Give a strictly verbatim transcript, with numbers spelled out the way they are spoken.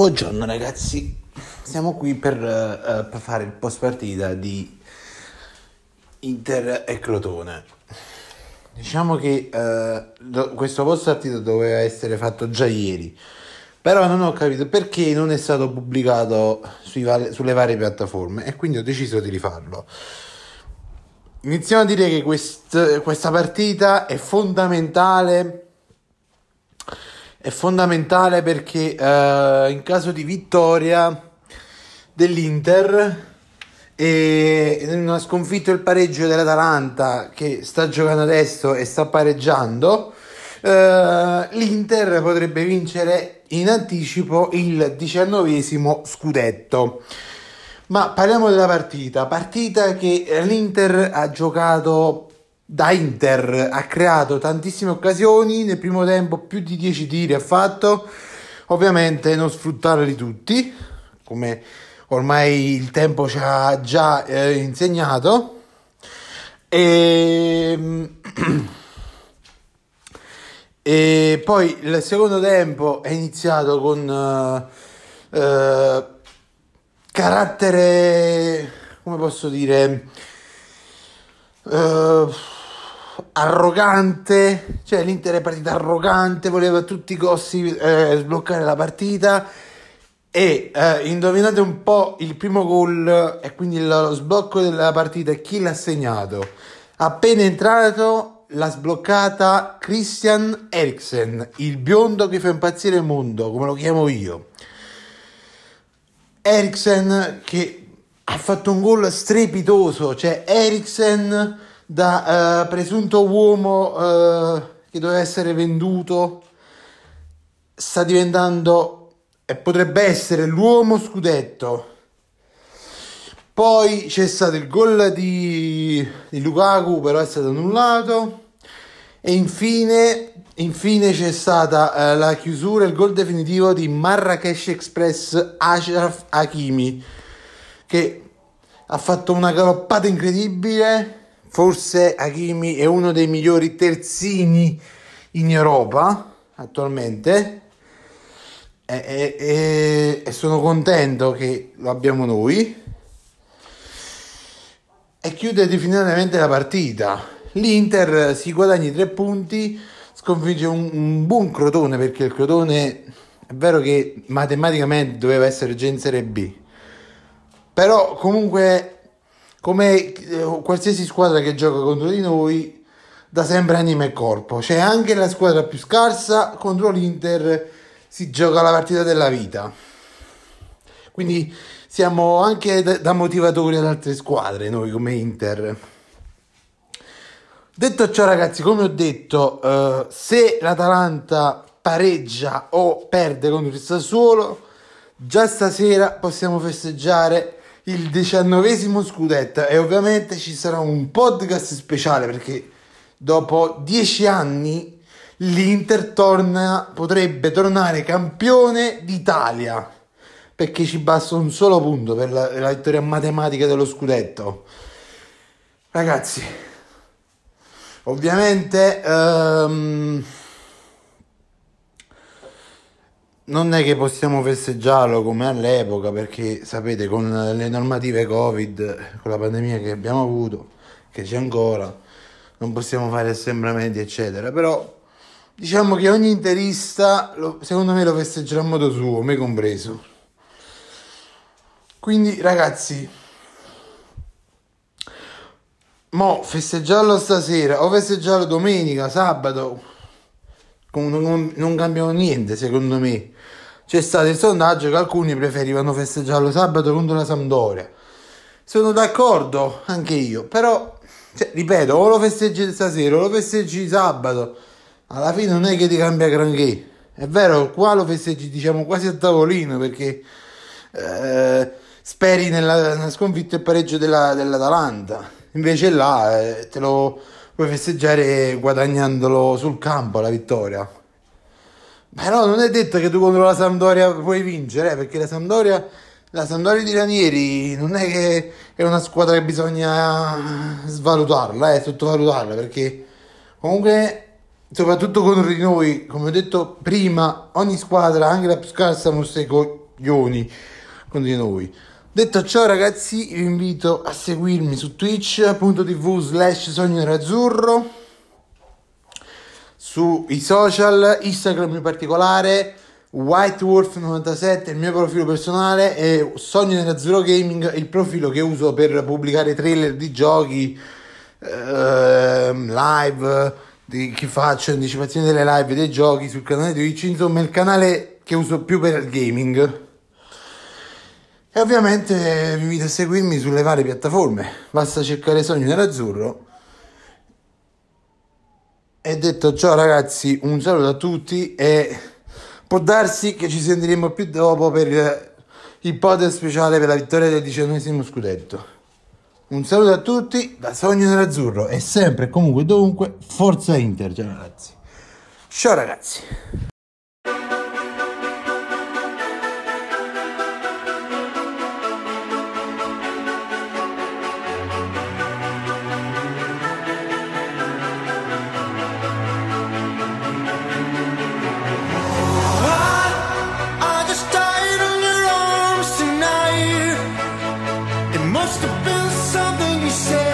Buongiorno ragazzi, siamo qui per, uh, per fare il post partita di Inter e Crotone. Diciamo che uh, do- questo post partita doveva essere fatto già ieri, però non ho capito perché non è stato pubblicato sui vari, sulle varie piattaforme e quindi ho deciso di rifarlo. Iniziamo a dire che quest- questa partita è fondamentale È fondamentale perché uh, in caso di vittoria dell'Inter e in una sconfitta il pareggio dell'Atalanta che sta giocando adesso e sta pareggiando, uh, l'Inter potrebbe vincere in anticipo il diciannovesimo scudetto. Ma parliamo della partita, partita che l'Inter ha giocato da Inter, ha creato tantissime occasioni, nel primo tempo più di dieci tiri ha fatto, ovviamente non sfruttarli tutti, come ormai il tempo ci ha già eh, insegnato, e... e poi il secondo tempo è iniziato con uh, uh, carattere, come posso dire, uh, arrogante, cioè l'Inter è partita arrogante, voleva a tutti i costi eh, sbloccare la partita e eh, indovinate un po' il primo gol e quindi lo sblocco della partita chi l'ha segnato? Appena entrato l'ha sbloccata Christian Eriksen, il biondo che fa impazzire il mondo, come lo chiamo io. Eriksen che ha fatto un gol strepitoso, cioè Eriksen da uh, presunto uomo uh, che doveva essere venduto sta diventando e potrebbe essere l'uomo scudetto. Poi c'è stato il gol di, di Lukaku, però è stato annullato, e infine infine c'è stata uh, la chiusura, il gol definitivo di Marrakesh Express Achraf Hakimi, che ha fatto una galoppata incredibile. Forse Hakimi è uno dei migliori terzini in Europa attualmente e, e, e, e sono contento che lo abbiamo noi. E chiude definitivamente la partita. L'Inter si guadagna i tre punti, sconfigge un, un buon Crotone, perché il Crotone è vero che matematicamente doveva essere già in Serie B, però comunque come qualsiasi squadra che gioca contro di noi dà sempre anima e corpo, cioè anche la squadra più scarsa contro l'Inter si gioca la partita della vita, quindi siamo anche da motivatori ad altre squadre noi come Inter. Detto ciò ragazzi, come ho detto, uh, se l'Atalanta pareggia o perde contro il Sassuolo, già stasera possiamo festeggiare il diciannovesimo scudetto e ovviamente ci sarà un podcast speciale perché dopo dieci anni l'Inter torna, potrebbe tornare campione d'Italia, perché ci basta un solo punto per la, la vittoria matematica dello scudetto. Ragazzi, ovviamente um, non è che possiamo festeggiarlo come all'epoca, perché sapete, con le normative Covid, con la pandemia che abbiamo avuto, che c'è ancora, non possiamo fare assembramenti eccetera, però diciamo che ogni interista lo, secondo me lo festeggerà a modo suo, me compreso. Quindi ragazzi, mo festeggiarlo stasera o festeggiarlo domenica, sabato, non, non cambiano niente secondo me. C'è stato il sondaggio che alcuni preferivano festeggiarlo sabato contro la Sampdoria, sono d'accordo anche io, però cioè, ripeto, o lo festeggi stasera o lo festeggi sabato, alla fine non è che ti cambia granché. È vero, qua lo festeggi diciamo quasi a tavolino, perché eh, speri nella, nella sconfitta e il pareggio della, dell'Atalanta, invece là eh, te lo puoi festeggiare guadagnandolo sul campo la vittoria. Però non è detto che tu contro la Sampdoria puoi vincere, eh, perché la Sampdoria la Sampdoria di Ranieri non è che è una squadra che bisogna svalutarla, eh, sottovalutarla, perché comunque soprattutto contro di noi, come ho detto prima, ogni squadra, anche la più scarsa, mostra i, co- coglioni con di noi. Detto ciò, ragazzi, vi invito a seguirmi su twitch punto tv slash sogno nerazzurro, sui social, Instagram in particolare, whitewolf novantasette il mio profilo personale, e Sogno Nerazzurro Gaming il profilo che uso per pubblicare trailer di giochi, ehm, live di chi faccio, anticipazioni delle live dei giochi sul canale Twitch, insomma il canale che uso più per il gaming. E ovviamente vi invito a seguirmi sulle varie piattaforme, basta cercare Sogno Nerazzurro. E detto ciò, ragazzi, un saluto a tutti e può darsi che ci sentiremo più dopo per il podcast speciale per la vittoria del diciannovesimo scudetto. Un saluto a tutti da Sogno Nerazzurro e sempre e comunque dovunque Forza Inter, ciao ragazzi. Ciao ragazzi. Must have been something you said.